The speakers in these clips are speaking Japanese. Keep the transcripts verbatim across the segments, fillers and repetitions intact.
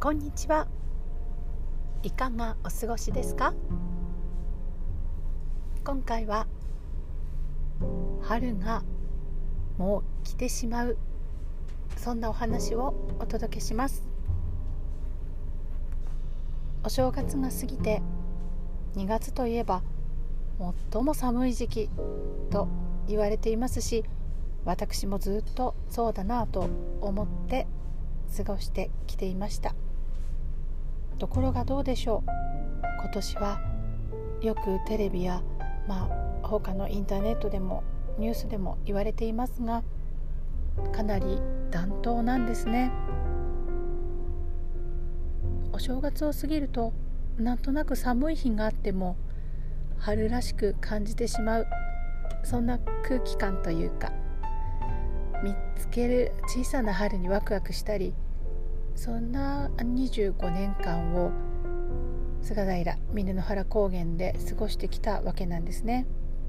こんにちは。いかがお過ごしですか？今回は春がもう来てしまう、そんなお話をお届けします。お正月が過ぎてにがつといえば最も寒い時期と言われていますし、私もずっとそうだなと思って過ごしてきていました。ところがどうでしょう。今年はよくテレビや、まあ、他のインターネットでもニュースでも言われていますが、かなり暖冬なんですね。お正月を過ぎるとなんとなく寒い日があっても春らしく感じてしまう、そんな空気感というか、見つける小さな春にワクワクしたり、そんなにじゅうごねんかんを菅平峰の原高原で過ごしてきたわけなんですね。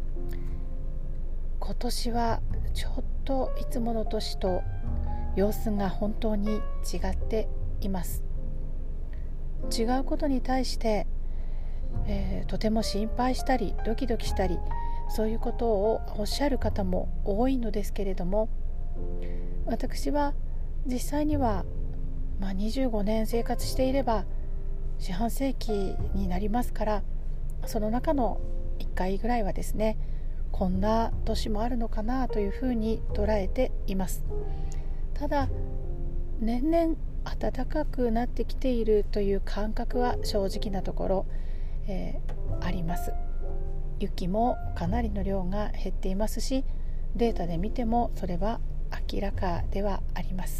今年はちょっといつもの年と様子が本当に違っています。違うことに対して、えー、とても心配したりドキドキしたり、そういうことをおっしゃる方も多いのですけれども、私は実際にはまあ、にじゅうごねん生活していれば四半世紀になりますから、その中のいっかいぐらいはですね、こんな年もあるのかなというふうに捉えています。ただ年々暖かくなってきているという感覚は正直なところ、えー、あります。雪もかなりの量が減っていますし、データで見てもそれは明らかではあります。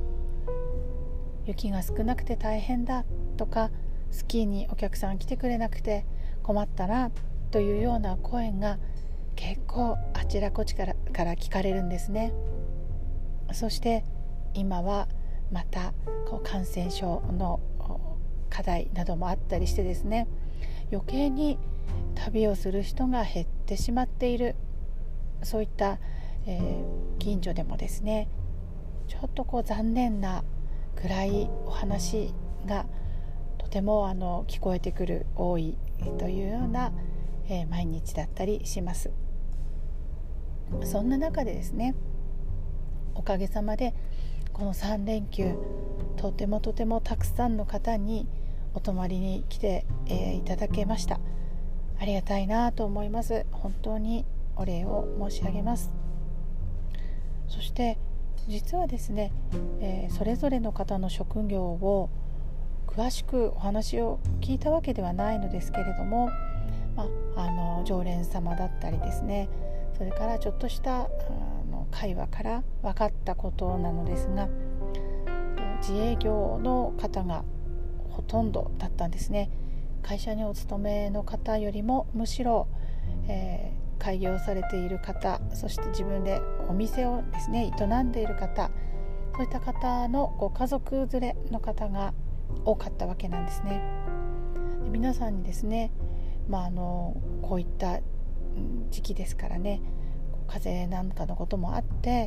雪が少なくて大変だとか、スキーにお客さん来てくれなくて困ったなというような声が結構あちらこちからから聞かれるんですね。そして今はまたこう感染症の課題などもあったりしてですね、余計に旅をする人が減ってしまっている、そういった、えー、近所でもですね、ちょっとこう残念な暗いお話がとてもあの聞こえてくる、多いというような、えー、毎日だったりします。そんな中でですね、おかげさまでこのさんれんきゅう、とてもとてもたくさんの方にお泊まりに来て、えー、いただけました。ありがたいなと思います。本当にお礼を申し上げます。そして実はですね、えー、それぞれの方の職業を詳しくお話を聞いたわけではないのですけれども、まあ、あの常連様だったりですね、それからちょっとしたあの会話から分かったことなのですが、自営業の方がほとんどだったんですね。会社にお勤めの方よりもむしろ、えー開業されている方、そして自分でお店をですね営んでいる方、そういった方のご家族連れの方が多かったわけなんですね。で皆さんにですね、まあ、あのこういった時期ですからね、風邪なんかのこともあって、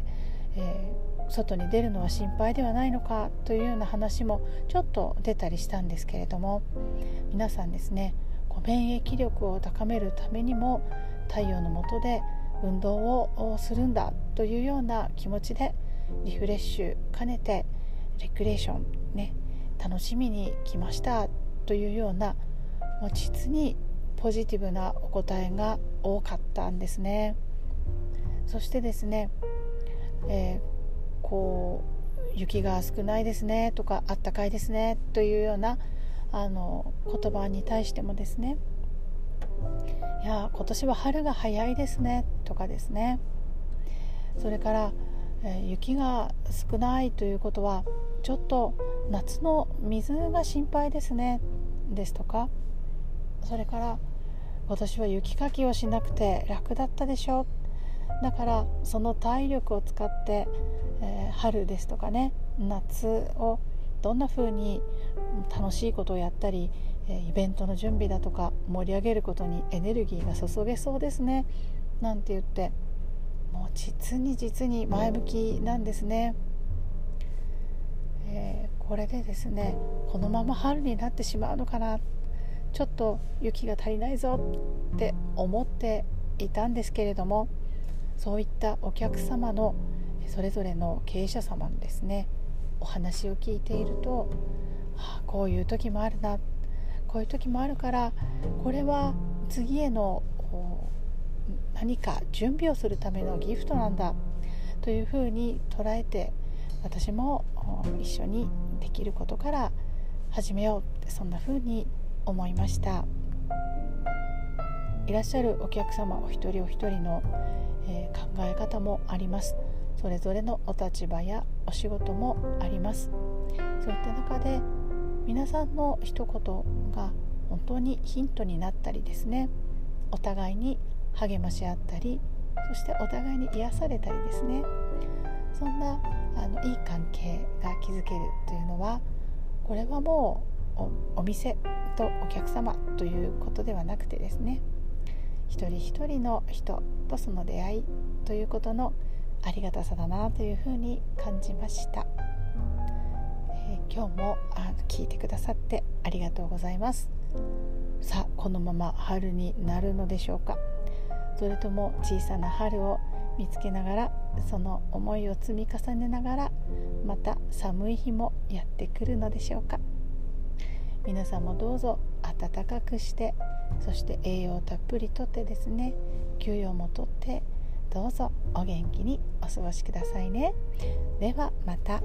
えー、外に出るのは心配ではないのかというような話もちょっと出たりしたんですけれども、皆さんですね、免疫力を高めるためにも太陽の下で運動をするんだというような気持ちでリフレッシュ兼ねてレクリエーションね、楽しみに来ましたというような、もう実にポジティブなお答えが多かったんですね。そしてですね、えー、こう雪が少ないですねとか、あったかいですねというようなあの言葉に対してもですね、いや今年は春が早いですねとかですね、それから、えー、雪が少ないということはちょっと夏の水が心配ですねですとか、それから今年は雪かきをしなくて楽だったでしょ、だからその体力を使って、えー、春ですとかね、夏をどんな風に楽しいことをやったり、イベントの準備だとか盛り上げることにエネルギーが注げそうですねなんて言って、もう実に実に前向きなんですね。えー、 これでですね、このまま春になってしまうのかな、ちょっと雪が足りないぞって思っていたんですけれども、そういったお客様のそれぞれの経営者様のですねお話を聞いていると、ああこういう時もあるな、こういう時もあるから、これは次への何か準備をするためのギフトなんだというふうに捉えて、私も一緒にできることから始めようって、そんなふうに思いました。いらっしゃるお客様お一人お一人の、えー、考え方もあります。それぞれのお立場やお仕事もあります。そういった中で皆さんの一言が本当にヒントになったりですね、お互いに励まし合ったり、そしてお互いに癒されたりですね、そんなあのいい関係が築けるというのは、これはもう お, お店とお客様ということではなくてですね、一人一人の人とその出会いということのありがたさだなというふうに感じました。えー、今日もあ聞いてくださってありがとうございます。さあ、このまま春になるのでしょうか。それとも小さな春を見つけながら、その思いを積み重ねながら、また寒い日もやってくるのでしょうか。皆さんもどうぞ暖かくして、そして栄養をたっぷりとってですね、休養もとって、どうぞお元気にお過ごしくださいね。ではまた。